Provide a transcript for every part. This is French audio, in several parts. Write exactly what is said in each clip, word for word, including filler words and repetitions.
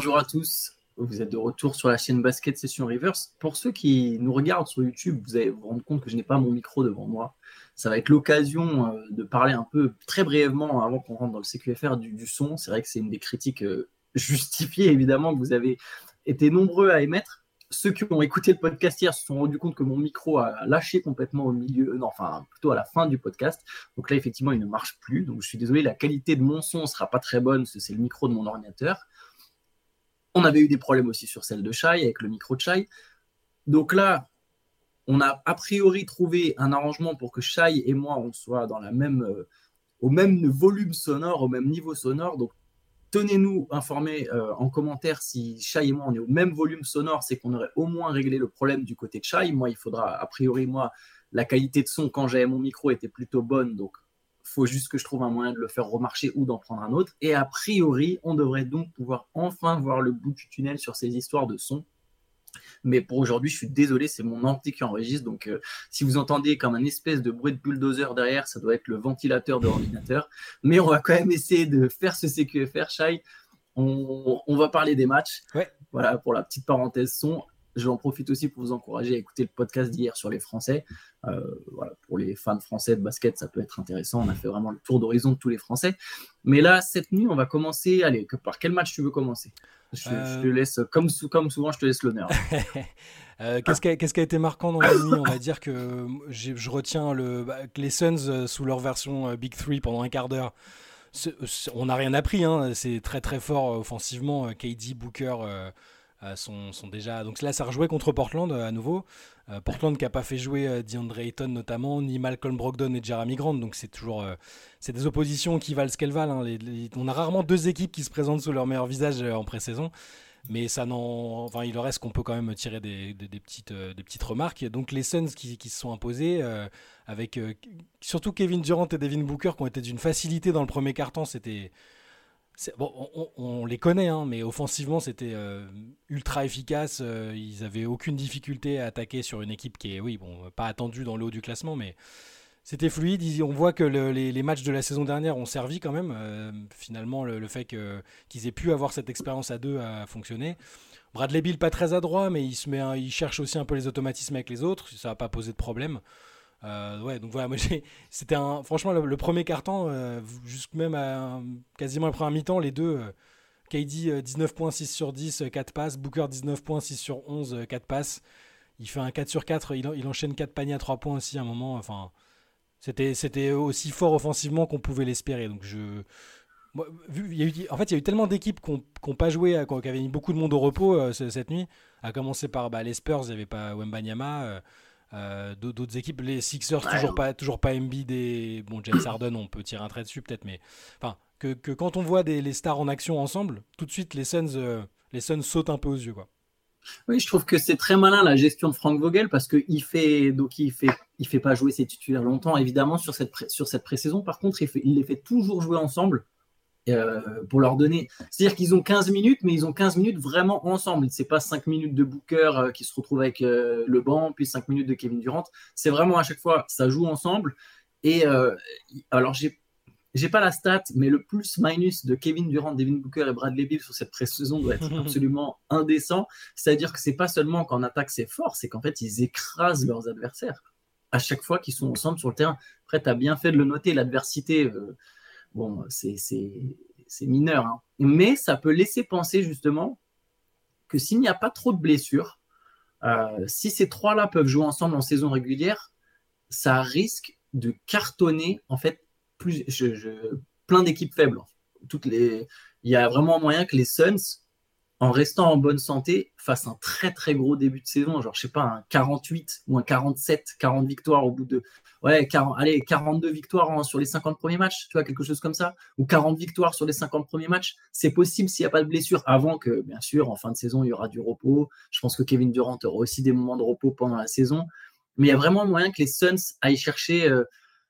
Bonjour à tous, vous êtes de retour sur la chaîne Basket Session Reverse. Pour ceux qui nous regardent sur YouTube, vous allez vous rendre compte que je n'ai pas mon micro devant moi. Ça va être l'occasion euh, de parler un peu très brièvement avant qu'on rentre dans le C Q F R du, du son. C'est vrai que c'est une des critiques euh, justifiées évidemment que vous avez été nombreux à émettre. Ceux qui ont écouté le podcast hier se sont rendus compte que mon micro a lâché complètement au milieu, non, enfin plutôt à la fin du podcast. Donc là, effectivement, il ne marche plus. Donc je suis désolé, la qualité de mon son ne sera pas très bonne parce que c'est le micro de mon ordinateur. On avait eu des problèmes aussi sur celle de Shai, avec le micro de Shai. Donc là, on a a priori trouvé un arrangement pour que Shai et moi, on soit dans la même, euh, au même volume sonore, au même niveau sonore. Donc, tenez-nous informés euh, en commentaire si Shai et moi, on est au même volume sonore, c'est qu'on aurait au moins réglé le problème du côté de Shai. Moi, il faudra, a priori, moi, la qualité de son quand j'avais mon micro était plutôt bonne, donc il faut juste que je trouve un moyen de le faire remarcher ou d'en prendre un autre. Et a priori, on devrait donc pouvoir enfin voir le bout du tunnel sur ces histoires de son. Mais pour aujourd'hui, je suis désolé, c'est mon ordi qui enregistre. Donc, euh, si vous entendez comme un espèce de bruit de bulldozer derrière, ça doit être le ventilateur de l'ordinateur. Mais on va quand même essayer de faire ce C Q F R, Shai. On, on va parler des matchs. Ouais. Voilà, pour la petite parenthèse son. Je en profite aussi pour vous encourager à écouter le podcast d'hier sur les Français. Euh, voilà, pour les fans français de basket, ça peut être intéressant. On a fait vraiment le tour d'horizon de tous les Français. Mais là, cette nuit, on va commencer. Allez, que, par quel match tu veux commencer ? je, euh... je te laisse, comme, comme souvent, je te laisse l'honneur. euh, qu'est-ce, qui a, qu'est-ce qui a été marquant dans la nuit ? On va dire que j'ai, je retiens le, bah, que les Suns, euh, sous leur version euh, Big Three pendant un quart d'heure, c'est, c'est, on n'a rien appris. Hein, c'est très très fort euh, offensivement. Euh, K D, Booker... Euh, Euh, sont, sont déjà... Donc là, ça rejouait contre Portland euh, à nouveau. Euh, Portland qui n'a pas fait jouer euh, DeAndre Ayton notamment, ni Malcolm Brogdon et Jeremy Grant. Donc c'est toujours euh, c'est des oppositions qui valent ce qu'elles valent. Hein. Les, les... On a rarement deux équipes qui se présentent sous leur meilleur visage euh, en pré-saison. Mais ça n'en... Enfin, il en reste qu'on peut quand même tirer des, des, des, petites, euh, des petites remarques. Donc les Suns qui, qui se sont imposés, euh, avec euh, surtout Kevin Durant et Devin Booker qui ont été d'une facilité dans le premier quart-temps. C'était... C'est, bon, on, on les connaît, hein, mais offensivement, c'était euh, ultra efficace. Euh, ils n'avaient aucune difficulté à attaquer sur une équipe qui est, oui, bon, pas attendue dans le haut du classement, mais c'était fluide. Ils, on voit que le, les, les matchs de la saison dernière ont servi quand même. Euh, finalement, le, le fait que, qu'ils aient pu avoir cette expérience à deux a fonctionné. Bradley Beal, pas très adroit, mais il, se met un, il cherche aussi un peu les automatismes avec les autres. Ça n'a pas posé de problème. Euh, ouais, donc voilà, moi j'ai, c'était un, franchement le, le premier quart-temps, euh, jusqu'à même à un, quasiment la première mi-temps, les deux, euh, K D euh, dix-neuf points, six sur dix, euh, quatre passes, Booker dix-neuf points, six sur onze, euh, quatre passes. Il fait un quatre sur quatre, il, il enchaîne quatre paniers à trois points aussi à un moment. Enfin, c'était, c'était aussi fort offensivement qu'on pouvait l'espérer. Donc je, moi, vu, il y a eu, en fait, il y a eu tellement d'équipes qui n'ont pas joué, qui avaient mis beaucoup de monde au repos euh, cette nuit. À commencer par bah, les Spurs, il n'y avait pas Wembanyama. Euh, Euh, d'autres équipes, les Sixers, ouais, toujours pas, toujours pas Embiid et bon, James Harden, on peut tirer un trait dessus peut-être, mais enfin que, que quand on voit des, les stars en action ensemble, tout de suite les Suns, euh, les Suns sautent un peu aux yeux, quoi. Oui, je trouve que c'est très malin la gestion de Frank Vogel parce que il fait donc il fait il fait pas jouer ses titulaires longtemps évidemment sur cette pré, sur cette pré-saison. Par contre, il, fait, il les fait toujours jouer ensemble. Euh, pour leur donner, c'est-à-dire qu'ils ont quinze minutes, mais ils ont quinze minutes vraiment ensemble. C'est pas cinq minutes de Booker euh, qui se retrouve avec euh, le banc, puis cinq minutes de Kevin Durant. C'est vraiment à chaque fois, ça joue ensemble. Et euh, alors, j'ai, j'ai pas la stat, mais le plus-minus de Kevin Durant, Devin Booker et Bradley Beal sur cette pré-saison doit être absolument indécent. C'est-à-dire que c'est pas seulement qu'en attaque c'est fort, c'est qu'en fait, ils écrasent leurs adversaires à chaque fois qu'ils sont ensemble sur le terrain. Après, tu as bien fait de le noter, l'adversité. Euh, Bon, c'est, c'est, c'est mineur, hein. Mais ça peut laisser penser justement que s'il n'y a pas trop de blessures, euh, si ces trois-là peuvent jouer ensemble en saison régulière, ça risque de cartonner en fait plus, je, je, plein d'équipes faibles. Toutes les, il y a vraiment moyen que les Suns, en restant en bonne santé, fassent un très très gros début de saison, genre je sais pas, un quarante-huit ou un quarante-sept, quarante victoires au bout de, ouais, quarante, allez, quarante-deux victoires en, sur les cinquante premiers matchs, tu vois, quelque chose comme ça, ou quarante victoires sur les cinquante premiers matchs, c'est possible s'il n'y a pas de blessure, avant que, bien sûr, en fin de saison, il y aura du repos. Je pense que Kevin Durant aura aussi des moments de repos pendant la saison, mais il y a vraiment moyen que les Suns aillent chercher euh,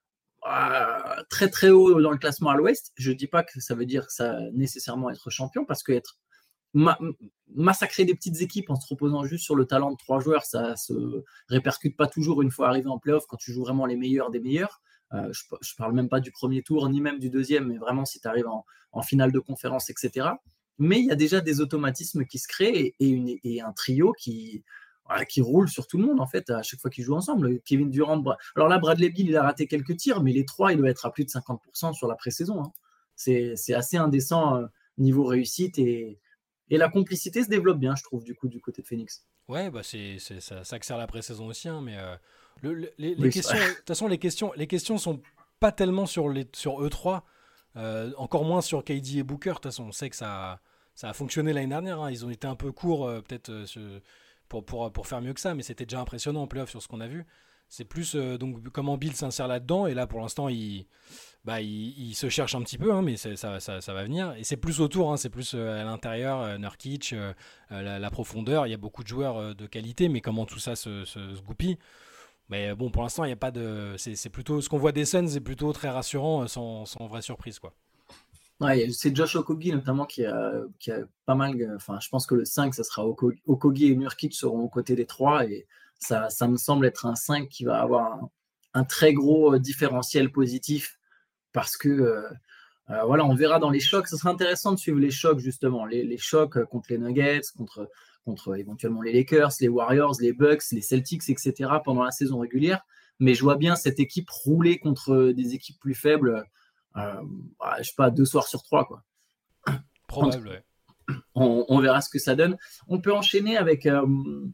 euh, très très haut dans le classement à l'Ouest. Je dis pas que ça veut dire que ça nécessairement être champion, parce que être Ma- massacrer des petites équipes en se reposant juste sur le talent de trois joueurs, ça se répercute pas toujours une fois arrivé en playoff quand tu joues vraiment les meilleurs des meilleurs. Euh, je, je parle même pas du premier tour ni même du deuxième, mais vraiment si tu arrives en, en finale de conférence, et cetera. mais il y a déjà des automatismes qui se créent et, et, une, et un trio qui, voilà, qui roule sur tout le monde en fait à chaque fois qu'ils jouent ensemble. Kevin Durant, alors là Bradley Beal il a raté quelques tirs, mais les trois il doit être à plus de cinquante pour cent sur la pré-saison. Hein. C'est, c'est assez indécent euh, niveau réussite et, et la complicité se développe bien, je trouve, du coup, du côté de Phoenix. Ouais, bah c'est, c'est, ça, ça accélère la pré-saison aussi, hein, mais euh, le, le- les, les Oui, questions, de toute façon, les questions, les questions sont pas tellement sur, les, sur eux trois, euh, encore moins sur K D et Booker. De toute façon, on sait que ça, ça a fonctionné l'année dernière. Hein. Ils ont été un peu courts, euh, peut-être, euh, ce- pour, pour, pour faire mieux que ça, mais c'était déjà impressionnant en playoff sur ce qu'on a vu. C'est plus euh, donc comment Bill s'insère là-dedans, et là pour l'instant il, bah, il, il se cherche un petit peu, hein, mais c'est- ça, ça, ça va venir. Et c'est plus autour, hein, c'est plus euh, à l'intérieur, euh, Nurkic, euh, euh, la, la profondeur. Il y a beaucoup de joueurs euh, de qualité, mais comment tout ça se, se, se goupille. Mais euh, bon, pour l'instant, il y a pas de. C'est, c'est plutôt ce qu'on voit des Suns, c'est plutôt très rassurant, euh, sans, sans vraie surprise, quoi. Ouais, c'est Josh Okogie notamment qui a, qui a pas mal. Enfin, je pense que le cinq, ça sera Oko- Okogie et Nurkic seront aux côtés des trois. Et ça, ça me semble être un cinq qui va avoir un, un très gros euh, différentiel positif parce que euh, euh, voilà, on verra dans les chocs. Ce sera intéressant de suivre les chocs, justement. Les, les chocs euh, contre les Nuggets, contre, contre éventuellement les Lakers, les Warriors, les Bucks, les Celtics, et cetera pendant la saison régulière. Mais je vois bien cette équipe rouler contre des équipes plus faibles. Euh, bah, je sais pas, deux soirs sur trois, quoi. Probable, ouais. On, on verra ce que ça donne. On peut enchaîner avec, euh,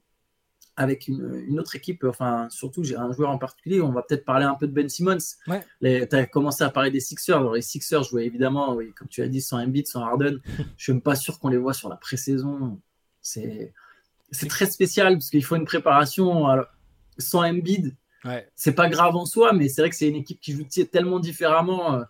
avec une, une autre équipe, enfin, surtout, j'ai un joueur en particulier. On va peut-être parler un peu de Ben Simmons. Ouais. Tu as commencé à parler des Sixers. Alors, les Sixers jouaient évidemment, oui, comme tu as dit, sans Embiid, sans Harden. Je ne suis même pas sûr qu'on les voit sur la pré-saison. C'est, c'est très spécial parce qu'il faut une préparation. Alors, sans Embiid, Ouais. c'est pas grave en soi, mais c'est vrai que c'est une équipe qui joue tellement différemment. Euh,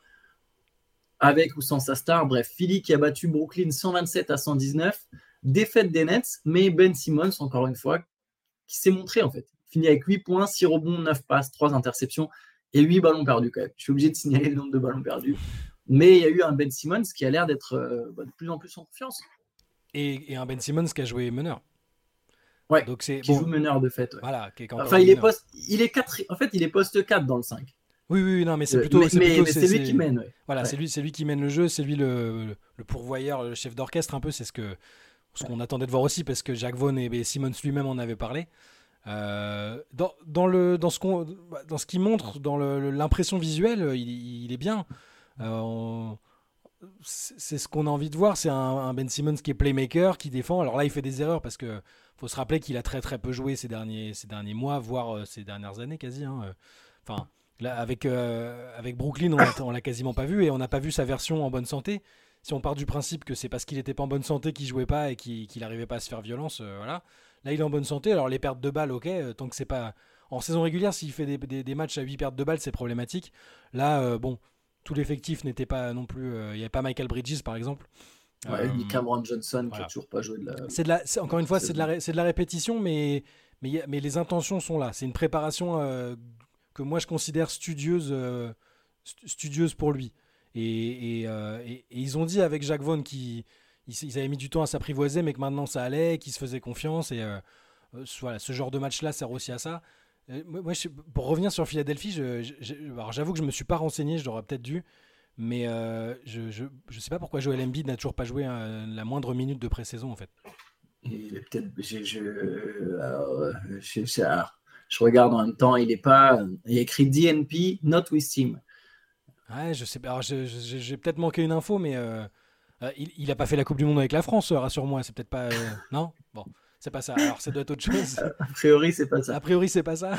avec ou sans sa star. Bref, Philly qui a battu Brooklyn cent vingt-sept à cent dix-neuf. Défaite des Nets, mais Ben Simmons, encore une fois, qui s'est montré en fait. Fini avec huit points, six rebonds, neuf passes, trois interceptions et huit ballons perdus quand même. Je suis obligé de signaler le nombre de ballons perdus. Mais il y a eu un Ben Simmons qui a l'air d'être euh, bah, de plus en plus en confiance. Et, et un Ben Simmons qui a joué meneur. Ouais, Donc c'est qui bon. joue meneur de fait. Ouais. Voilà, qui est encore enfin, il est, meneur. poste, il est quatre, en fait, il est poste quatre dans le cinq. Oui, oui, non, mais c'est Euh, plutôt, mais c'est mais, plutôt, mais c'est, c'est lui c'est- qui mène. Ouais. voilà, Ouais. c'est lui, c'est lui qui mène le jeu, c'est lui le, le pourvoyeur, le chef d'orchestre un peu, c'est ce que, ce qu'on attendait de voir aussi parce que Jacques Vaughn et, et Simmons lui-même en avaient parlé. Euh, dans, dans le, dans ce qu'on, dans ce qu'il montre, dans le- l'impression visuelle, il, il est bien. Euh, on- c'est c'est ce qu'on a envie de voir, c'est un, un Ben Simmons qui est playmaker, qui défend. Alors là, il fait des erreurs parce que faut se rappeler qu'il a très très peu joué ces derniers, ces derniers mois, voire euh, ces dernières années quasi. Hein. Euh, Enfin, là, avec, euh, avec Brooklyn, on l'a, on l'a quasiment pas vu et on n'a pas vu sa version en bonne santé. Si on part du principe que c'est parce qu'il n'était pas en bonne santé qu'il jouait pas et qu'il qu'il n'arrivait pas à se faire violence, euh, voilà. Là, il est en bonne santé. Alors les pertes de balles, ok, euh, tant que c'est pas en saison régulière, s'il fait des, des- des matchs à huit pertes de balles, c'est problématique. Là, euh, bon, tout l'effectif n'était pas non plus. euh, Il n'y avait pas Michael Bridges par exemple. Ouais, ni Euh, Cameron Johnson qui a voilà. toujours pas joué de la C'est de la, c'est- encore une fois, c'est de la, saison. ré- c'est de la répétition, mais, mais, y a- mais les intentions sont là. C'est une préparation euh, que moi je considère studieuse, euh, stu- studieuse pour lui. Et, et, euh, et- et ils ont dit avec Jacques Vaughn qu'ils ils, ils avaient mis du temps à s'apprivoiser, mais que maintenant ça allait, qu'ils se faisaient confiance. Et euh, euh, voilà, ce genre de match-là sert aussi à ça. Euh, moi, moi, je- pour revenir sur Philadelphie, je, je- je- alors j'avoue que je me suis pas renseigné, je l'aurais peut-être dû. Mais euh, je, je, je sais pas pourquoi Joel Embiid n'a toujours pas joué euh, la moindre minute de pré-saison en fait. Il est peut-être. Je, je, alors, je, je- alors, je regarde en même temps, il est pas. Il y a écrit D N P, not with team. Ouais, je sais pas. Alors, je- je- j'ai peut-être manqué une info, mais euh, euh, il, il a pas fait la Coupe du Monde avec la France, euh, rassure-moi. C'est peut-être pas. euh, Non. Bon, c'est pas ça. Alors, ça doit être autre chose. A priori, c'est pas A ça. priori, c'est pas ça.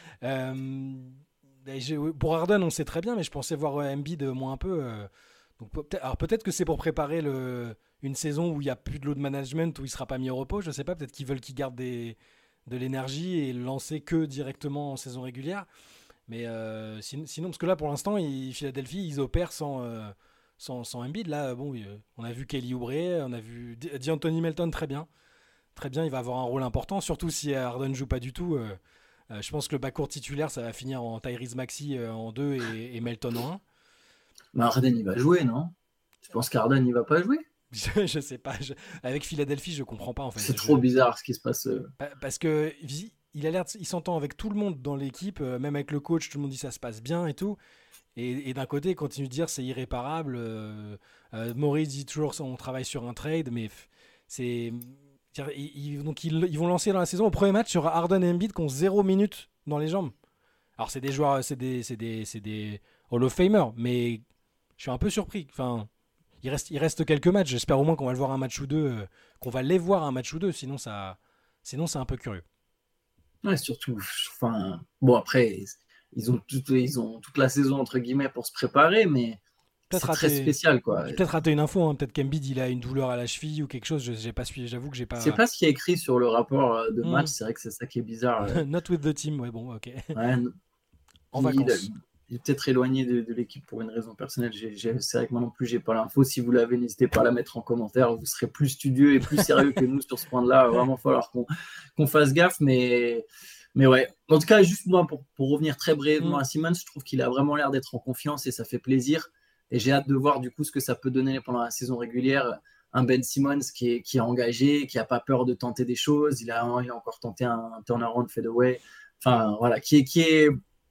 Euh, et j'ai- pour Harden, on sait très bien, mais je pensais voir euh, Embiid euh, moins un peu. euh, donc, peut- alors peut-être que c'est pour préparer le, une saison où il y a plus de load management, où il sera pas mis au repos. Je sais pas. Peut-être qu'ils veulent qu'il garde des, de l'énergie et le lancer que directement en saison régulière. Mais euh, sin- sinon, parce que là, pour l'instant, il- Philadelphie, ils opèrent sans, euh, sans, sans Embiid. Là, bon, euh, on a vu Kelly Oubre, on a vu Di- D'Anthony Melton très bien. Très bien, il va avoir un rôle important, surtout si Harden ne joue pas du tout. euh, euh, je pense que le backcourt titulaire, ça va finir en Tyrese Maxey euh, en deux et, et Melton en un. Mais Harden, il va jouer, non? Tu penses qu'Harden, il va pas jouer? Je, je sais pas. je- avec Philadelphie, je comprends pas en fait. C'est Je- trop bizarre ce qui se passe. euh. pa- parce que vi- il a l'air, de- il s'entend avec tout le monde dans l'équipe, euh, même avec le coach, tout le monde dit ça se passe bien et tout. Et, et d'un côté, il continue de dire c'est irréparable. Euh, euh, Maurice dit toujours on travaille sur un trade, mais f- c'est. Ils, ils- donc ils, ils vont lancer dans la saison au premier match sur Harden et Embiid qui ont zéro minute dans les jambes. Alors c'est des joueurs, c'est des, c'est des, c'est des Hall of Famer, mais je suis un peu surpris. Enfin, il reste, il reste quelques matchs. J'espère au moins qu'on va le voir un match ou deux, euh, qu'on va les voir un match ou deux. Sinon ça, sinon c'est un peu curieux. Ouais, surtout, enfin, bon, après, ils ont, tout, ils ont toute la saison, entre guillemets, pour se préparer, mais Peut-être c'est très raté, spécial, quoi. j'ai peut-être raté une info. Hein. Peut-être qu'Embiid il a une douleur à la cheville ou quelque chose. Je, j'ai pas suivi. J'avoue que j'ai Je sais pas. pas ce qui est écrit sur le rapport euh, de match, Hmm. c'est vrai que c'est ça qui est bizarre. euh. Not with the team. Ouais bon, ok. Ouais, En il, il a- vacances. il est peut-être éloigné de, de l'équipe pour une raison personnelle. J'ai, j'ai- c'est vrai que moi non plus, j'ai pas l'info. Si vous l'avez, n'hésitez pas à la mettre en commentaire. Vous serez plus studieux et plus sérieux que nous sur ce point-là. Il va vraiment falloir qu'on, qu'on fasse gaffe, mais, mais ouais. En tout cas, juste moi, pour, pour revenir très brièvement Hmm. à Simmons, je trouve qu'il a vraiment l'air d'être en confiance et ça fait plaisir. Et j'ai hâte de voir du coup ce que ça peut donner pendant la saison régulière. Un Ben Simmons qui est, qui est engagé, qui n'a pas peur de tenter des choses. Il a, il a encore tenté un, un turnaround fadeaway. Enfin, voilà, qui est, qui est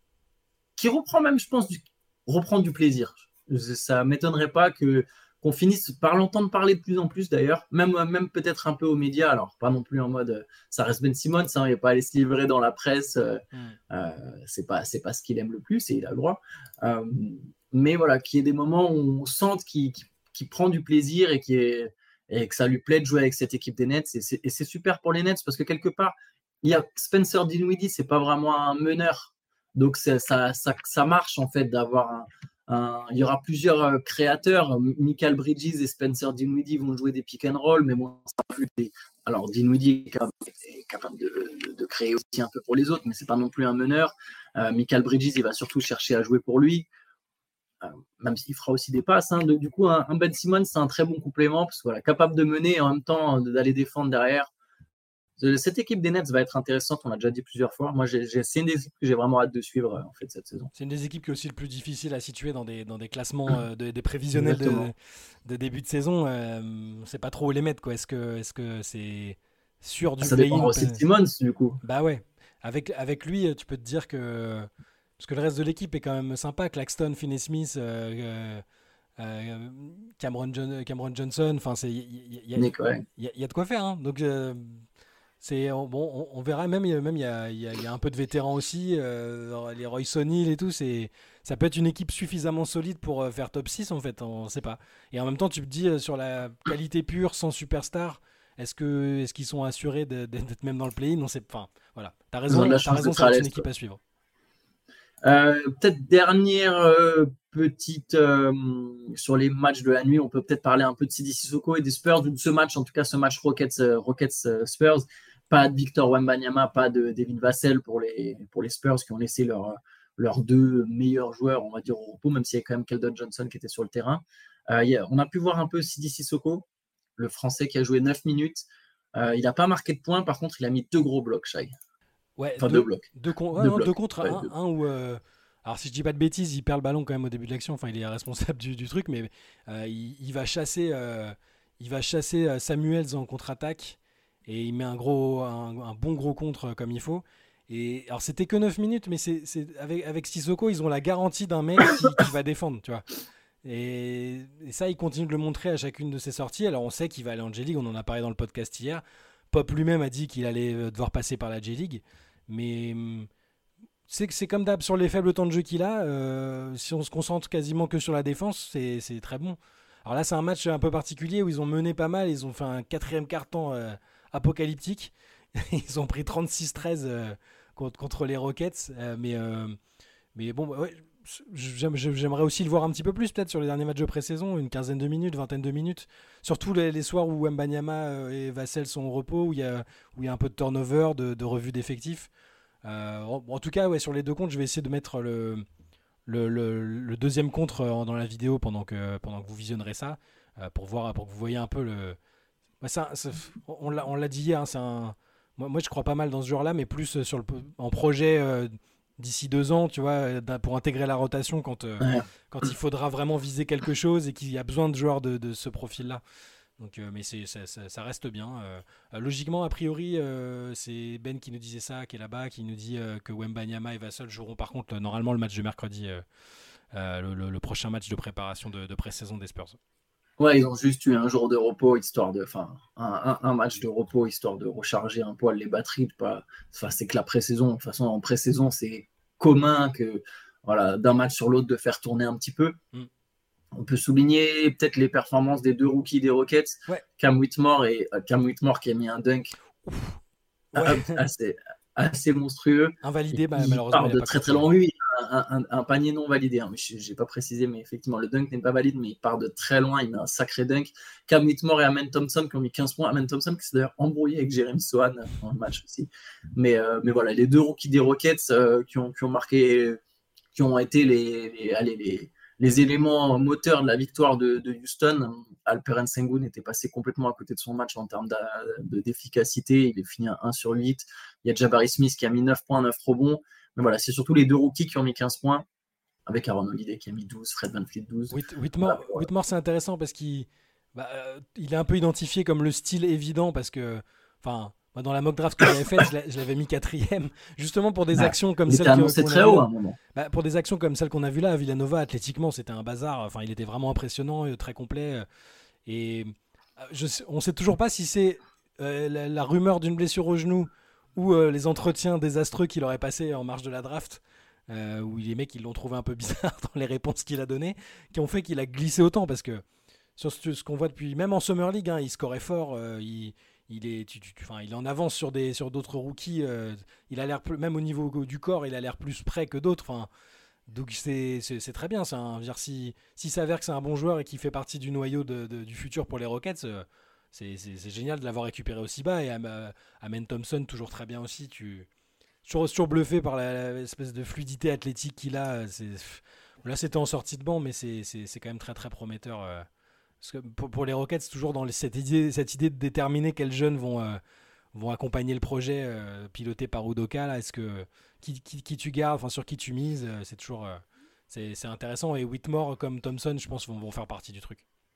qui reprend même, je pense, du, reprend du plaisir. Ça m'étonnerait pas que qu'on finisse par l'entendre parler de plus en plus d'ailleurs, même, même peut-être un peu aux médias, alors pas non plus en mode ça reste Ben Simmons, hein, il n'est pas allé se livrer dans la presse, euh, Hmm. euh, c'est pas, c'est pas ce qu'il aime le plus et il a le droit. Euh, mais voilà, qu'il y ait des moments où on sente qu'il, qu'il, qu'il prend du plaisir et, qu'il est, et que ça lui plaît de jouer avec cette équipe des Nets. Et c'est, et c'est super pour les Nets parce que quelque part, il y a Spencer Dinwiddie, c'est pas vraiment un meneur. Donc ça, ça, ça, ça marche en fait d'avoir un, un, il y aura plusieurs euh, créateurs. Michael Bridges et Spencer Dinwiddie vont jouer des pick and roll, mais bon, ça plus des... alors Dinwiddie est capable, est capable de, de, de, créer aussi un peu pour les autres, mais c'est pas non plus un meneur. Euh, Michael Bridges, il va surtout chercher à jouer pour lui, euh, même s'il fera aussi des passes. Hein. De, du coup, un, un Ben Simmons, c'est un très bon complément parce que voilà, capable de mener et en même temps d'aller défendre derrière. Cette équipe des Nets va être intéressante, on l'a déjà dit plusieurs fois. Moi, j'ai, j'ai, c'est une des équipes que j'ai vraiment hâte de suivre en fait cette saison. C'est une des équipes qui est aussi le plus difficile à situer dans des, dans des classements, euh, de, des prévisionnels de, Exactement. de début de saison. Euh, on sait pas trop où les mettre, quoi. Est-ce que, est-ce que c'est sûr du Ça dépendra play-in? aussi de Simmons, du coup. Bah ouais. Avec, avec lui, tu peux te dire que. Parce que le reste de l'équipe est quand même sympa. Claxton, Finney-Smith, euh, euh, Cameron, John- Cameron Johnson. Enfin, il y, y, y, Nick, ouais. y, y a de quoi faire. Hein. Donc. Euh, c'est bon, on, on verra même. Même il y a, y, a, y a un peu de vétérans aussi, euh, les Royce O'Neal et tout. C'est, ça peut être une équipe suffisamment solide pour euh, faire top six en fait. On ne sait pas. Et en même temps, tu te dis euh, sur la qualité pure, sans superstar, est-ce que, est-ce qu'ils sont assurés de, de, d'être même dans le play-in? On sait. Enfin, voilà. T'as Ils ont de raison. la T'as chance raison. d'être Ça va à être une l'Est. équipe à suivre. Euh, peut-être dernière euh, petite euh, sur les matchs de la nuit, on peut peut-être parler un peu de Sidi Sissoko et des Spurs, de ce match, en tout cas ce match Rockets, euh, Rockets euh, Spurs. Pas de Victor Wembanyama, pas de Devin Vassell pour les, pour les Spurs qui ont laissé leurs leurs deux meilleurs joueurs, on va dire, au repos, même s'il y a quand même Keldon Johnson qui était sur le terrain. Euh, yeah, on a pu voir un peu Sidi Sissoko, le Français qui a joué neuf minutes. Euh, il n'a pas marqué de points, par contre, il a mis deux gros blocs, Shai. Ouais, Enfin, deux deux, blocs. deux, con- ouais, Deux non, deux blocs. contre Ouais, un, deux. un où. Euh, alors, si je dis pas de bêtises, il perd le ballon quand même au début de l'action. Enfin, il est responsable du, du truc, mais euh, il, il va chasser, euh, il va chasser euh, Samuels en contre-attaque et il met un, gros, un, un bon gros contre euh, comme il faut. Et alors, c'était que neuf minutes, mais c'est, c'est, avec, avec Sissoko, ils ont la garantie d'un mec qui, qui va défendre, tu vois. Et, et ça, il continue de le montrer à chacune de ses sorties. Alors, on sait qu'il va aller en J-League, on en a parlé dans le podcast hier. Pop lui-même a dit qu'il allait euh, devoir passer par la J-League. Mais hum, c'est que c'est comme d'hab sur les faibles temps de jeu qu'il a. Euh, si on se concentre quasiment que sur la défense, c'est, c'est très bon. Alors là, c'est un match un peu particulier où ils ont mené pas mal. Ils ont fait un quatrième quart-temps euh, apocalyptique. Ils ont pris trente-six treize euh, contre, contre les Rockets. Euh, mais, euh, mais bon, ouais, j'aime- j'aimerais aussi le voir un petit peu plus, peut-être sur les derniers matchs de pré-saison, une quinzaine de minutes, vingtaine de minutes. Surtout les, les soirs où Mbanyama euh, et Vassell sont au repos, où il y a, où il y a un peu de turnover, de, de revue d'effectifs. Euh, en, en tout cas, ouais, sur les deux comptes, je vais essayer de mettre le, le, le- le deuxième contre euh, dans la vidéo pendant que, pendant que vous visionnerez ça, euh, pour, voir, pour que vous voyez un peu le. Ouais, c'est un- c'est- on l'a on l'a dit hier, hein, c'est un. Moi, moi, je crois pas mal dans ce joueur-là, mais plus euh, sur le, en projet euh, d'ici deux ans, tu vois, euh, d'un- pour intégrer la rotation quand, euh, Ouais. quand il faudra vraiment viser quelque chose et qu'il y a besoin de joueurs de, de ce profil-là. Donc, euh, mais c'est, ça, ça- ça reste bien. Euh, euh, logiquement, a priori, euh, c'est Ben qui nous disait ça, qui est là-bas, qui nous dit euh, que Wembanyama et Vassell joueront par contre euh, normalement le match de mercredi euh, euh, le, le, le prochain match de préparation de, de pré-saison des Spurs. Ouais, ils ont juste eu un jour de repos, histoire de, enfin, un, un, un match de repos, histoire de recharger un poil les batteries. Pas, enfin, c'est que la pré-saison, de toute façon, en pré-saison, c'est commun que, voilà, d'un match sur l'autre, de faire tourner un petit peu. Mm. On peut souligner peut-être les performances des deux rookies des Rockets, ouais. Cam Whitmore et euh, Cam Whitmore qui a mis un dunk ouais. assez, assez monstrueux. Invalidé, bah, il malheureusement. Part il de pas très très loin. Oui, un, un, un panier non validé. Hein, mais je n'ai pas précisé, mais effectivement, le dunk n'est pas valide, mais il part de très loin. Il met un sacré dunk. Cam Whitmore et Amen Thompson qui ont mis quinze points. Amen Thompson qui s'est d'ailleurs embrouillé avec Jeremy Sohan dans le match aussi. Mais, euh, mais voilà, les deux rookies des Rockets euh, qui, ont, qui ont marqué, qui ont été les, les, allez, les, les éléments moteurs de la victoire de, de Houston. Alperen Sengun était passé complètement à côté de son match en termes de, d'efficacité. Il est fini à un sur huit. Il y a Jabari Smith qui a mis neuf points, neuf rebonds. Mais voilà, c'est surtout les deux rookies qui ont mis quinze points, avec Aaron Holiday qui a mis douze, Fred VanVleet douze. Whit- Whitmore, voilà, voilà. Whitmore, c'est intéressant parce qu'il bah, euh, il est un peu identifié comme le style évident parce que, enfin, dans la mock draft que j'avais faite, je l'avais mis quatrième, justement pour des bah, actions comme celle qu'on a très haut à un moment. Bah, pour des actions comme celle qu'on a vue là à Villanova, athlétiquement, c'était un bazar. Enfin, il était vraiment impressionnant, très complet. Et je sais, on ne sait toujours pas si c'est euh, la, la rumeur d'une blessure au genou ou euh, les entretiens désastreux qu'il aurait passés en marge de la draft, euh, où les mecs ils l'ont trouvé un peu bizarre dans les réponses qu'il a données, qui ont fait qu'il a glissé autant. Parce que sur ce, ce qu'on voit depuis, même en Summer League, hein, il scorait fort, euh, il, il, est, tu, tu, enfin, il est en avance sur, des, sur d'autres rookies. Euh, il a l'air plus, même au niveau du corps, il a l'air plus prêt que d'autres. Enfin, donc c'est, c'est, c'est très bien. C'est un, dire, si, si s'avère que c'est un bon joueur et qu'il fait partie du noyau de, de, du futur pour les Rockets, euh, c'est, c'est, c'est génial de l'avoir récupéré aussi bas. Et euh, Amen Thompson, toujours très bien aussi. Tu, toujours, toujours bluffé par la, l'espèce de fluidité athlétique qu'il a. C'est, là, c'était en sortie de banc, mais c'est, c'est, c'est quand même très très prometteur. Euh, parce que pour, pour les Rockets, toujours dans les, cette, idée, cette idée de déterminer quels jeunes vont, euh, vont accompagner le projet euh, piloté par Udoka. Là, est-ce que qui, qui, qui tu gardes, enfin sur qui tu mises, euh, c'est toujours euh, c'est, c'est intéressant. Et Whitmore comme Thompson, je pense, vont, vont faire partie du truc.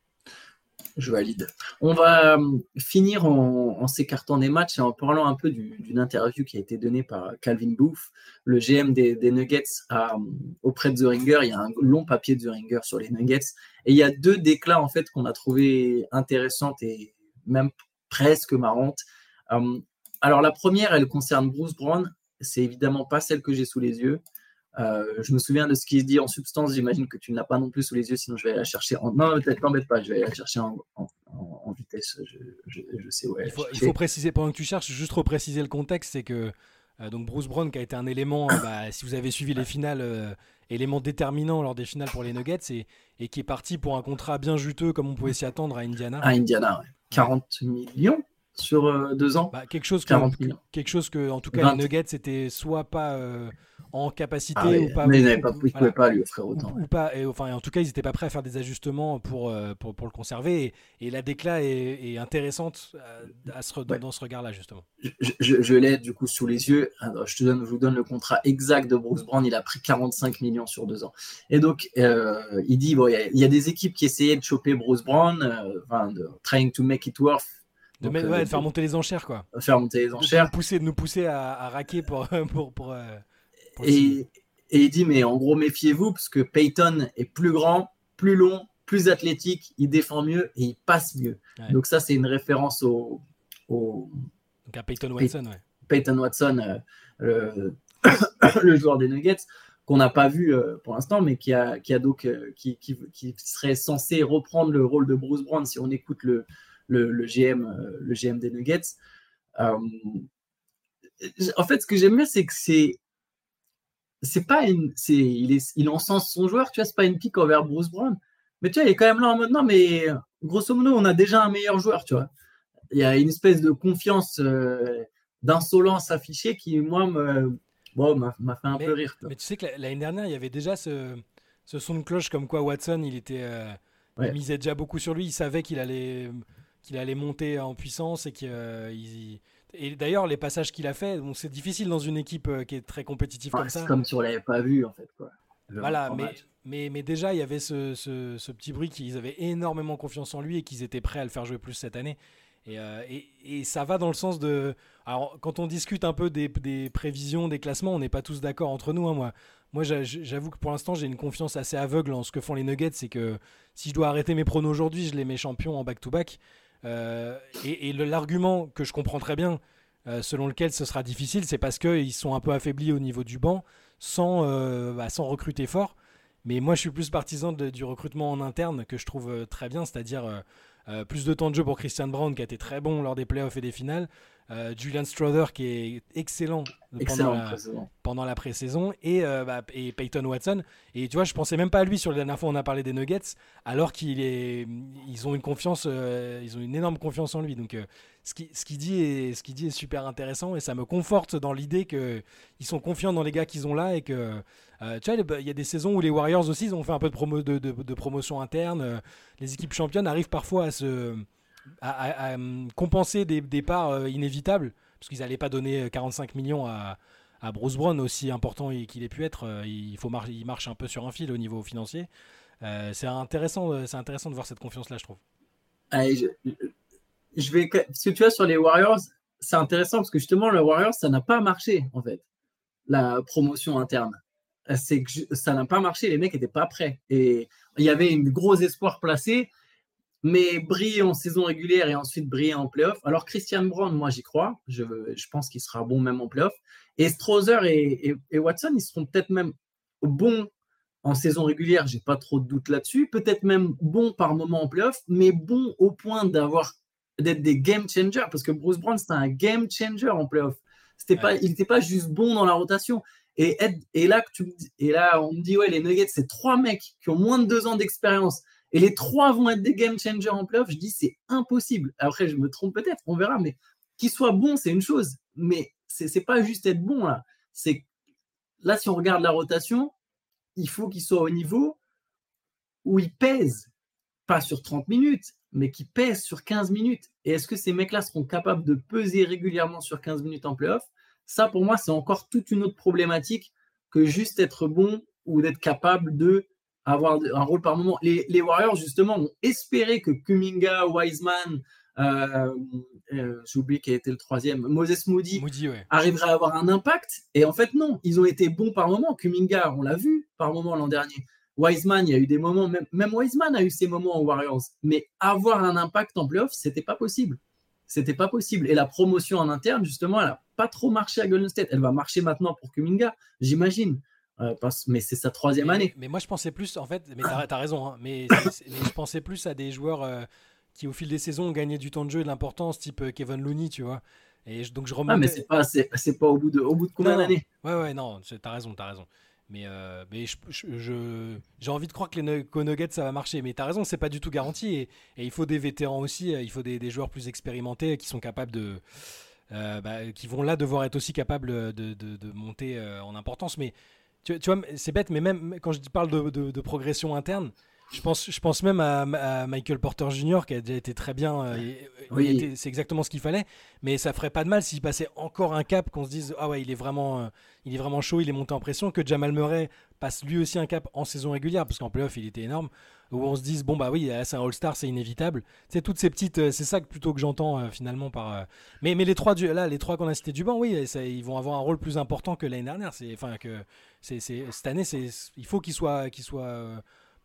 Je valide. On va euh, finir en, en s'écartant des matchs et en parlant un peu du, d'une interview qui a été donnée par Calvin Booth, le G M des, des Nuggets, à, auprès de The Ringer. Il y a un long papier de The Ringer sur les Nuggets. Et il y a deux déclats en fait, qu'on a trouvé intéressantes et même presque marrantes. Euh, alors la première, elle concerne Bruce Brown. C'est évidemment pas celle que j'ai sous les yeux. Euh, je me souviens de ce qui se dit en substance, j'imagine que tu ne l'as pas non plus sous les yeux, sinon je vais aller la chercher en... Non, peut-être, t'embête pas, je vais aller la chercher en, en, en vitesse, je, je, je sais où elle il faut, il faut préciser, pendant que tu cherches, juste repréciser le contexte, c'est que euh, donc Bruce Brown qui a été un élément, euh, bah, si vous avez suivi les finales, euh, élément déterminant lors des finales pour les Nuggets, et, et qui est parti pour un contrat bien juteux comme on pouvait s'y attendre à Indiana. À Indiana, ouais. quarante millions sur euh, deux ans. Bah, quelque chose que, quelque chose que, en tout cas, vingt. Les Nuggets c'était soit pas euh, en capacité ah oui, ou pas. Mais ils ne voilà. pouvaient pas lui offrir autant. Ou, ouais. ou pas. Et, enfin, en tout cas, ils n'étaient pas prêts à faire des ajustements pour pour, pour le conserver. Et, et la décla est, est intéressante à, à ce, ouais. dans ce regard-là justement. Je, je, je l'ai du coup sous les yeux. Alors, je te donne, je vous donne le contrat exact de Bruce Brown. Il a pris quarante-cinq millions sur deux ans. Et donc, euh, il dit bon, il y, y a des équipes qui essayaient de choper Bruce Brown, euh, enfin, de trying to make it worth. De, donc, ouais, euh, de faire monter les enchères, quoi. Faire monter les enchères. De, de nous pousser, de nous pousser à, à raquer pour. pour, pour, euh, pour et, et il dit, mais en gros, méfiez-vous, parce que Peyton est plus grand, plus long, plus athlétique, il défend mieux et il passe mieux. Ouais. Donc, ça, c'est une référence au. au donc à Peyton Watson, Pey- ouais. Peyton Watson, euh, le, le joueur des Nuggets, qu'on n'a pas vu euh, pour l'instant, mais qui, a, qui, a donc, euh, qui, qui, qui serait censé reprendre le rôle de Bruce Brown si on écoute le. Le, le, G M, euh, le G M des Nuggets. Euh, en fait, ce que j'aime bien, c'est que c'est, c'est pas une, c'est, il, est, il encense son joueur, tu vois, c'est pas une pique envers Bruce Brown, mais tu vois, il est quand même là en mode non, mais grosso modo, on a déjà un meilleur joueur, tu vois. Il y a une espèce de confiance, euh, d'insolence affichée qui, moi, me, bon, m'a, m'a fait un mais, peu rire. Mais tu sais que l'année dernière, il y avait déjà ce, ce son de cloche comme quoi Watson, il était, euh, ouais. il misait déjà beaucoup sur lui, il savait qu'il allait. qu'il allait monter en puissance et qu'il euh, et d'ailleurs les passages qu'il a fait, bon, c'est difficile dans une équipe euh, qui est très compétitive ouais, comme c'est ça. Comme si on l'avait pas vu en fait quoi. Voilà, mais, mais mais déjà il y avait ce, ce, ce petit bruit qu'ils avaient énormément confiance en lui et qu'ils étaient prêts à le faire jouer plus cette année. Et, euh, et, et ça va dans le sens de. Alors, quand on discute un peu des, des prévisions, des classements, on n'est pas tous d'accord entre nous. Hein, moi, moi j'avoue que pour l'instant, j'ai une confiance assez aveugle en ce que font les Nuggets. C'est que si je dois arrêter mes pronos aujourd'hui, je les mets champions en back-to-back. Euh, et et le, l'argument que je comprends très bien, euh, selon lequel ce sera difficile, c'est parce qu'ils sont un peu affaiblis au niveau du banc, sans, euh, bah, sans recruter fort. Mais moi, je suis plus partisan de- du recrutement en interne que je trouve euh, très bien, c'est-à-dire euh, euh, plus de temps de jeu pour Christian Brown qui a été très bon lors des playoffs et des finales, euh, Julian Strother qui est excellent pendant Excellent la, précédent. pendant la pré-saison et, euh, bah, et Peyton Watson. Et tu vois, je pensais même pas à lui sur la dernière fois où on a parlé des Nuggets, alors qu'ils est, ils ont une confiance, euh, ils ont une énorme confiance en lui. Donc euh, ce qu'il ce qu'il dit, est, ce qu'il dit est super intéressant et ça me conforte dans l'idée qu'ils sont confiants dans les gars qu'ils ont là et que euh, tu vois, il y a des saisons où les Warriors aussi ils ont fait un peu de, promo, de, de, de promotion interne. Euh, les équipes championnes arrivent parfois à se à, à- à, hum, compenser des départs euh, inévitables parce qu'ils n'allaient pas donner quarante-cinq millions à, à Bruce Brown, aussi important qu'il ait pu être. Euh, il faut mar- il marche un peu sur un fil au niveau financier. Euh, c'est intéressant, euh, c'est intéressant de voir cette confiance là, je trouve. Allez, je, je vais, parce que tu vois, sur les Warriors, c'est intéressant parce que justement, le Warriors, ça n'a pas marché, en fait, la promotion interne. C'est que je- ça n'a pas marché, les mecs n'étaient pas prêts. Et il y avait une gros espoir placé, mais briller en saison régulière et ensuite briller en playoff. Alors, Christian Brown, moi, j'y crois. Je, je pense qu'il sera bon même en playoff. Et Strother et, et, et Watson, ils seront peut-être même bons en saison régulière, j'ai pas trop de doutes là-dessus. Peut-être même bons par moment en playoff, mais bons au point d'avoir d'être des game changers, parce que Bruce Brown, c'était un game changer en playoff. C'était Ouais. pas, il n'était pas juste bon dans la rotation. Et, et, là, tu, et là, on me dit, ouais, les Nuggets, c'est trois mecs qui ont moins de deux ans d'expérience et les trois vont être des game changers en playoff. Je dis, c'est impossible. Après, je me trompe peut-être, on verra, mais qu'ils soient bons, c'est une chose. Mais c'est, c'est pas juste être bon, là. C'est, là, si on regarde la rotation, il faut qu'ils soient au niveau où ils pèsent, pas sur trente minutes, mais qui pèsent sur quinze minutes. Et est-ce que ces mecs-là seront capables de peser régulièrement sur quinze minutes en playoff? Ça, pour moi, c'est encore toute une autre problématique que juste être bon ou d'être capable de avoir un rôle par moment. Les, les Warriors, justement, ont espéré que Kuminga, Wiseman, euh, euh, j'ai oublié qui a été le troisième, Moses Moody, Moody, ouais. arriveraient à avoir un impact. Et en fait, non, ils ont été bons par moment. Kuminga, on l'a vu par moment l'an dernier. Wiseman, il y a eu des moments, même, même Wiseman a eu ses moments aux Warriors, mais avoir un impact en playoff, c'était pas possible. C'était pas possible. Et la promotion en interne, justement, elle a pas trop marché à Golden State. Elle va marcher maintenant pour Kuminga, j'imagine. Euh, parce, mais c'est sa troisième Mais, année. mais moi, je pensais plus, en fait, mais t'as as raison, hein, mais, c'est- c'est- mais je pensais plus à des joueurs euh, qui, au fil des saisons, ont gagné du temps de jeu et de l'importance, type euh, Kevin Looney, tu vois. Et je- donc, je Ah, mais c'est remontais. pas, c'est, c'est pas au bout de, au bout de Non, combien non. d'années? Ouais, ouais, non, c'est- t'as raison, t'as raison. Mais, euh, mais je, je- je- j'ai envie de croire que les Nu- qu'aux Nuggets, ça va marcher. Mais t'as raison, c'est pas du tout garanti. Et, et il faut des vétérans aussi, euh, il faut des, des joueurs plus expérimentés qui sont capables de. Euh, bah, qui vont là devoir être aussi capables de, de- de monter euh, en importance. Mais tu, tu vois, c'est bête, mais même quand je parle de, de- de progression interne, je pense, je pense même à, à Michael Porter junior qui a déjà été très bien. euh, et- il a Oui. été- c'est exactement ce qu'il fallait. Mais ça ferait pas de mal s'il passait encore un cap, qu'on se dise ah ouais, il est vraiment, euh, il est vraiment chaud, il est monté en pression, que Jamal Murray passe lui aussi un cap en saison régulière, parce qu'en playoff il était énorme. Où on se dise bon bah oui, là, c'est un All-Star, c'est inévitable. C'est toutes ces petites, euh, c'est ça que plutôt que j'entends euh, finalement par. euh, mais, mais les trois du, là, les trois qu'on a cités du banc, oui, ça, ils vont avoir un rôle plus important que l'année dernière. C'est, enfin que c'est, c'est- cette année, c'est, il faut qu'ils soient, qu'ils soient, euh,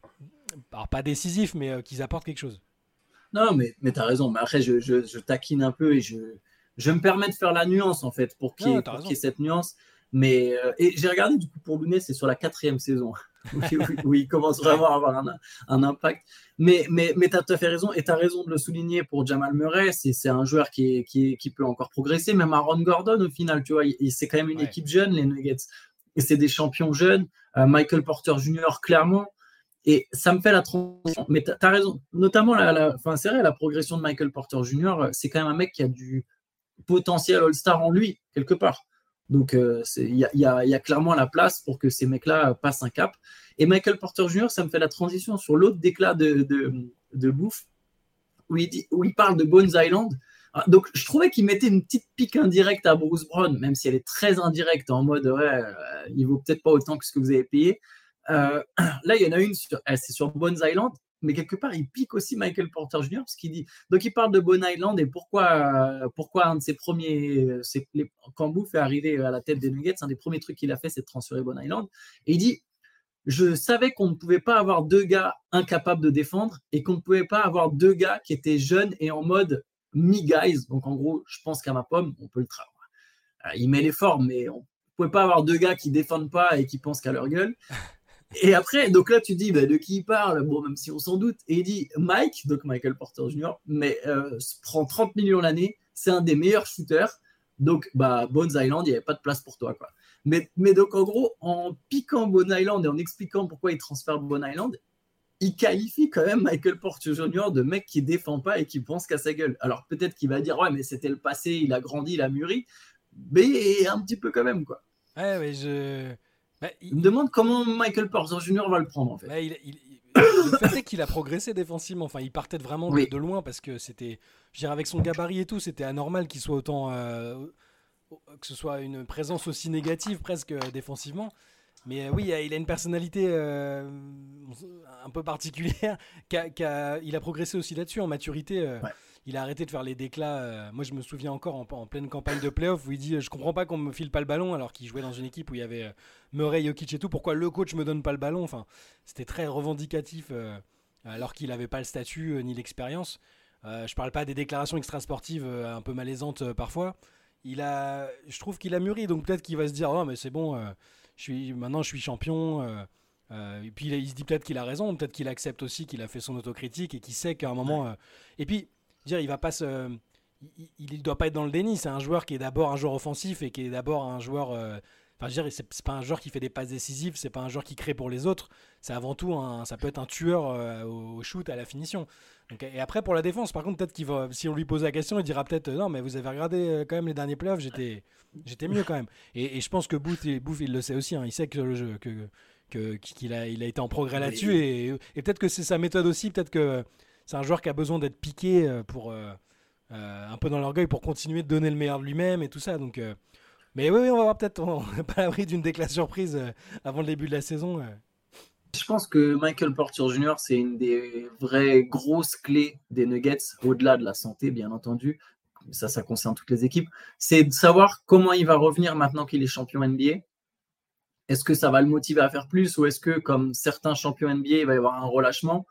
alors pas décisifs, mais euh, qu'ils apportent quelque chose. Non, mais, mais tu as raison. Mais après, je, je, je taquine un peu et je, je me permets de faire la nuance, en fait, pour qu'il y Ah, ait, t'as pour qu'il y raison. ait cette nuance. Mais, euh, et j'ai regardé, du coup, pour Lounet, c'est sur la quatrième saison où, où- où il commence Ouais. vraiment à avoir un, un impact. Mais, mais, mais tu as tout à fait raison. Et tu as raison de le souligner pour Jamal Murray. C'est, c'est un joueur qui, est, qui, est, qui peut encore progresser. Même Aaron Gordon, au final, tu vois, il- il- c'est quand même une Ouais. équipe jeune, les Nuggets. Et c'est des champions jeunes. Euh, Michael Porter junior, clairement. Et ça me fait la transition. Mais tu as raison. Notamment, la, la, enfin, c'est vrai, la progression de Michael Porter junior, c'est quand même un mec qui a du potentiel All-Star en lui, quelque part. Donc, il y, y, y, a clairement la place pour que ces mecs-là passent un cap. Et Michael Porter junior, ça me fait la transition sur l'autre déclat de, de, de Bouffe, où il, dit, où il parle de Bones Island. Donc, je trouvais qu'il mettait une petite pique indirecte à Bruce Brown, même si elle est très indirecte, en mode, ouais, euh, il vaut peut-être pas autant que ce que vous avez payé. Euh, là, il y en a une, sur, c'est sur Bones Island. mais quelque part, il pique aussi Michael Porter Junior parce qu'il dit. Donc, il parle de Bone Island et pourquoi, pourquoi un de ses premiers. C'est, les, quand Booth est arrivé à la tête des Nuggets, un des premiers trucs qu'il a fait, c'est de transférer Bone Island. Et il dit je savais qu'on ne pouvait pas avoir deux gars incapables de défendre et qu'on ne pouvait pas avoir deux gars qui étaient jeunes et en mode me-guys. Donc, en gros, je pense qu'à ma pomme, on peut le travailler. Il met l'effort, mais on ne pouvait pas avoir deux gars qui ne défendent pas et qui pensent qu'à leur gueule. Et après, donc là, tu dis bah, de qui il parle, bon, même si on s'en doute. Et il dit Mike, donc Michael Porter Junior, mais euh, prend trente millions l'année, c'est un des meilleurs shooters. Donc, bah, Bones Island, il n'y avait pas de place pour toi, quoi. Mais, mais donc, en gros, en piquant Bone Island et en expliquant pourquoi il transfère Bone Island, il qualifie quand même Michael Porter Junior de mec qui défend pas et qui pense qu'à sa gueule. Alors, peut-être qu'il va dire ouais, mais c'était le passé, il a grandi, il a mûri. Mais un petit peu quand même, quoi. Ouais, mais je. Bah, il... il me demande comment Michael Porter Junior va le prendre, en fait. Bah, il, il, il... le fait est qu'il a progressé défensivement. Enfin, il partait vraiment oui. de, de loin parce que c'était. Je veux dire, avec son gabarit et tout, c'était anormal qu'il soit autant. Euh... que ce soit une présence aussi négative presque euh, défensivement. Mais euh, oui, il a une personnalité euh, un peu particulière. Qu'a, qu'a, il a progressé aussi là-dessus en maturité. Euh, ouais. Il a arrêté de faire les déclats. Euh, moi, je me souviens encore en, en pleine campagne de playoff où il dit je comprends pas qu'on me file pas le ballon alors qu'il jouait dans une équipe où il y avait euh, Murray, Jokic et tout. Pourquoi le coach me donne pas le ballon? Enfin, c'était très revendicatif euh, alors qu'il n'avait pas le statut euh, ni l'expérience. Euh, je parle pas des déclarations extrasportives euh, un peu malaisantes euh, parfois. Il a, je trouve qu'il a mûri, donc peut-être qu'il va se dire oh mais c'est bon, euh, je suis maintenant je suis champion. Euh, euh, et puis il, il se dit peut-être qu'il a raison, peut-être qu'il accepte aussi qu'il a fait son autocritique et qu'il sait qu'à un moment. Euh, et puis dire il va pas se, il, il doit pas être dans le déni. C'est un joueur qui est d'abord un joueur offensif et qui est d'abord un joueur. Euh, Enfin, je veux dire, c'est, c'est pas un joueur qui fait des passes décisives, c'est pas un joueur qui crée pour les autres. C'est avant tout un, ça peut être un tueur euh, au shoot, à la finition. Donc, et après pour la défense, par contre, peut-être qu'il va, si on lui pose la question, il dira peut-être euh, non, mais vous avez regardé euh, quand même les derniers playoffs, j'étais, j'étais mieux quand même. Et, et je pense que Booth, et Booth, il le sait aussi. Hein, il sait que le jeu, que, que qu'il a, il a été en progrès là-dessus. Et, et peut-être que c'est sa méthode aussi. Peut-être que c'est un joueur qui a besoin d'être piqué pour euh, euh, un peu dans l'orgueil pour continuer de donner le meilleur de lui-même et tout ça. Donc euh, Mais oui, oui, on va voir peut-être, on n'est pas à l'abri d'une déclaration surprise euh, avant le début de la saison. Euh. Je pense que Michael Porter Junior, c'est une des vraies grosses clés des Nuggets, au-delà de la santé, bien entendu. Ça, ça concerne toutes les équipes. C'est de savoir comment il va revenir maintenant qu'il est champion N B A. Est-ce que ça va le motiver à faire plus ou est-ce que, comme certains champions N B A, il va y avoir un relâchement?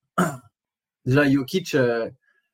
Déjà, Jokic, euh,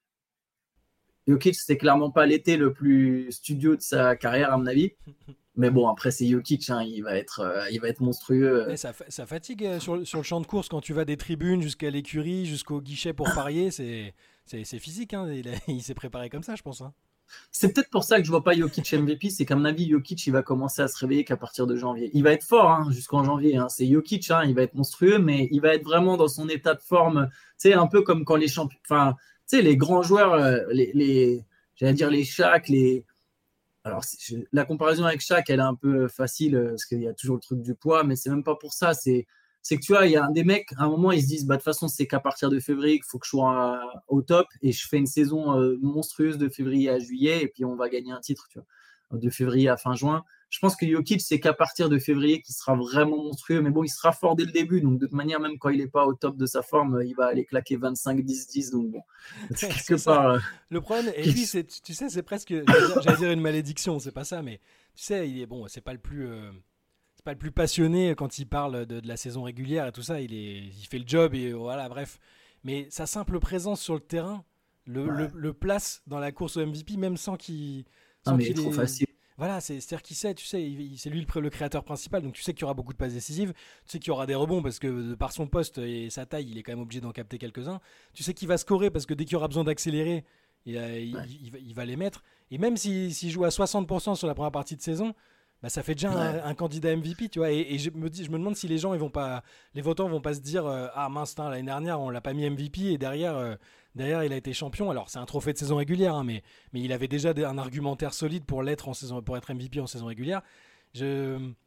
Jokic, c'était clairement pas l'été le plus studio de sa carrière, à mon avis. Mais bon, après, c'est Jokic, hein, il, va être, euh, il va être monstrueux. Et ça, ça fatigue euh, sur, sur le champ de course quand tu vas des tribunes jusqu'à l'écurie, jusqu'au guichet pour parier. C'est, c'est, c'est physique, hein, il, a, il s'est préparé comme ça, je pense. Hein. C'est peut-être pour ça que je vois pas Jokic M V P, c'est qu'à mon avis, Jokic, il va commencer à se réveiller qu'à partir de janvier. Il va être fort hein, jusqu'en janvier, hein. C'est Jokic, hein, il va être monstrueux, mais il va être vraiment dans son état de forme, tu sais, un peu comme quand les champions, enfin, tu sais, les grands joueurs, euh, les, les, j'allais dire les Shaq, les... Alors, je... la comparaison avec Shaq, elle est un peu facile, parce qu'il y a toujours le truc du poids, mais c'est même pas pour ça, c'est... c'est que tu vois, il y a des mecs, à un moment, ils se disent, bah, de toute façon, c'est qu'à partir de février qu'il faut que je sois au top et je fais une saison euh, monstrueuse de février à juillet et puis on va gagner un titre, tu vois, de février à fin juin. Je pense que Jokic, c'est qu'à partir de février qu'il sera vraiment monstrueux, mais bon, il sera fort dès le début, donc de toute manière, même quand il n'est pas au top de sa forme, il va aller claquer vingt-cinq dix dix, donc bon, c'est quelque part... Euh... Le problème, et lui, c'est, tu sais, c'est presque, j'allais dire, j'allais dire une malédiction, c'est pas ça, mais tu sais, il est bon, c'est pas le plus... Euh... c'est pas le plus passionné quand il parle de, de la saison régulière et tout ça. Il, est, il fait le job et voilà, bref. Mais sa simple présence sur le terrain le, ouais. le, le place dans la course au M V P, même sans qu'il. Sans non, mais qu'il trop ait... facile. Voilà, c'est, c'est-à-dire qu'il sait, tu sais, il, c'est lui le, le créateur principal, donc tu sais qu'il y aura beaucoup de passes décisives, tu sais qu'il y aura des rebonds parce que de par son poste et sa taille, il est quand même obligé d'en capter quelques-uns. Tu sais qu'il va scorer parce que dès qu'il y aura besoin d'accélérer, il, il, ouais. il, il, il va les mettre. Et même s'il, s'il joue à soixante pour cent sur la première partie de saison, bah ça fait déjà ouais. un, un candidat M V P, tu vois. Et, et je me dis, je me demande si les gens, ils vont pas, les votants vont pas se dire, euh, ah mince, tain, l'année dernière, on l'a pas mis M V P et derrière, euh, derrière, il a été champion. Alors c'est un trophée de saison régulière, hein, mais, mais il avait déjà des, un argumentaire solide pour l'être en saison, pour être M V P en saison régulière. Je,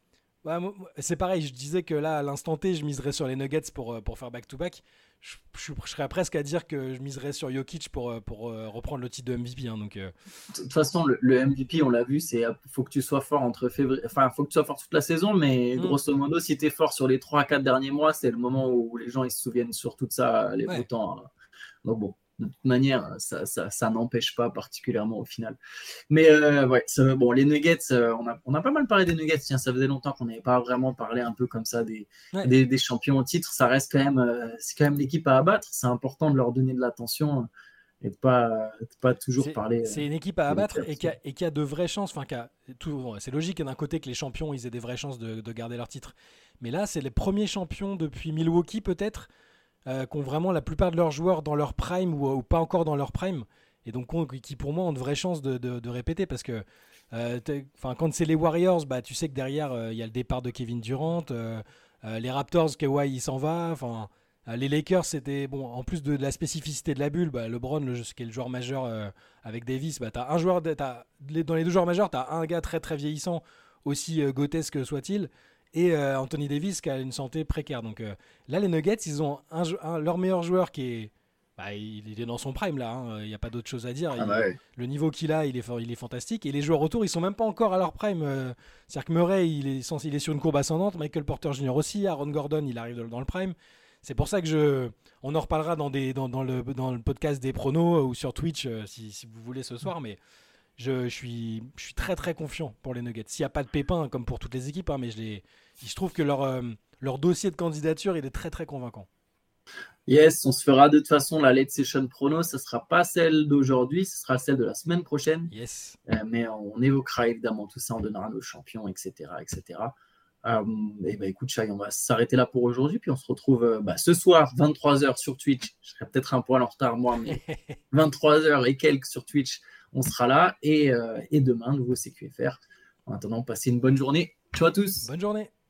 Ouais, moi, c'est pareil, je disais que là, à l'instant T, je miserais sur les Nuggets pour, euh, pour faire back-to-back. Je, je, je serais presque à dire que je miserais sur Jokic pour, euh, pour euh, reprendre le titre de M V P. Hein, donc, euh... De toute façon, le, le M V P, on l'a vu, c'est faut que tu sois fort entre février, enfin, faut que tu sois fort toute la saison, mais mm, grosso modo, si tu es fort sur les trois à quatre derniers mois, c'est le moment où les gens ils se souviennent surtout de ça, les beaux ouais. temps. Donc bon, de toute manière, ça, ça, ça n'empêche pas particulièrement au final. Mais euh, ouais, ça, bon, les Nuggets, euh, on, a, on a pas mal parlé des Nuggets. Tiens, ça faisait longtemps qu'on n'avait pas vraiment parlé un peu comme ça des, Ouais. des, des champions au titre. Ça reste quand même, euh, c'est quand même l'équipe à abattre. C'est important de leur donner de l'attention et de pas, de pas toujours C'est, parler. c'est Euh, une équipe à des abattre Lakers. et qui a, et qui a de vraies chances. Enfin, qui a tout, bon, c'est logique d'un côté que les champions ils aient des vraies chances de, de garder leur titre. Mais là, c'est les premiers champions depuis Milwaukee, peut-être, euh, qui ont vraiment la plupart de leurs joueurs dans leur prime ou, ou pas encore dans leur prime. Et donc, on- qui pour moi ont de vraies chances de, de- de répéter parce que euh, t'es- 'fin, quand c'est les Warriors, bah, tu sais que derrière, euh, il y a le départ de Kevin Durant. euh, euh, les Raptors, Kawhi, il s'en va. Enfin, euh, les Lakers, c'était bon. En plus de, de la spécificité de la bulle, bah, LeBron, le, qui est le joueur majeur euh, avec Davis, bah, t'as un joueur, de- t'as- les- dans les deux joueurs majeurs, tu as un gars très très vieillissant, aussi euh, grotesque soit-il, et euh, Anthony Davis qui a une santé précaire. Donc euh, là, les Nuggets, ils ont un, un- leur meilleur joueur qui est, bah, il, il est dans son prime là. hein. Il n'y a pas d'autre chose à dire. Ah bah Il- ouais. le niveau qu'il a, il est, fa- il est fantastique. Et les joueurs autour, ils sont même pas encore à leur prime. euh, C'est-à-dire que Murray, il est, censé- il est sur une courbe ascendante. Michael Porter Junior aussi. Aaron Gordon, il arrive dans, dans le prime. C'est pour ça que je, on en reparlera dans, des, dans, dans le, dans le podcast des pronos euh, ou sur Twitch euh, si, si vous voulez ce soir. Mais je, je suis, je suis très très confiant pour les Nuggets. S'il n'y a pas de pépins, comme pour toutes les équipes, hein, mais je, les, je trouve que leur, euh, leur dossier de candidature, il est très très convaincant. Yes, on se fera de toute façon la late session prono. Ce ne sera pas celle d'aujourd'hui, ce sera celle de la semaine prochaine. Yes. Euh, mais on évoquera évidemment tout ça, on donnera nos champions, et cetera et cetera. Euh, et ben écoute, Chai, on va s'arrêter là pour aujourd'hui, puis on se retrouve euh, bah, ce soir, vingt-trois heures sur Twitch. Je serai peut-être un poil en retard, moi, mais vingt-trois heures et quelques sur Twitch, on sera là. Et, euh, et demain, nouveau C Q F R. En attendant, passez une bonne journée. Ciao à tous. Bonne journée.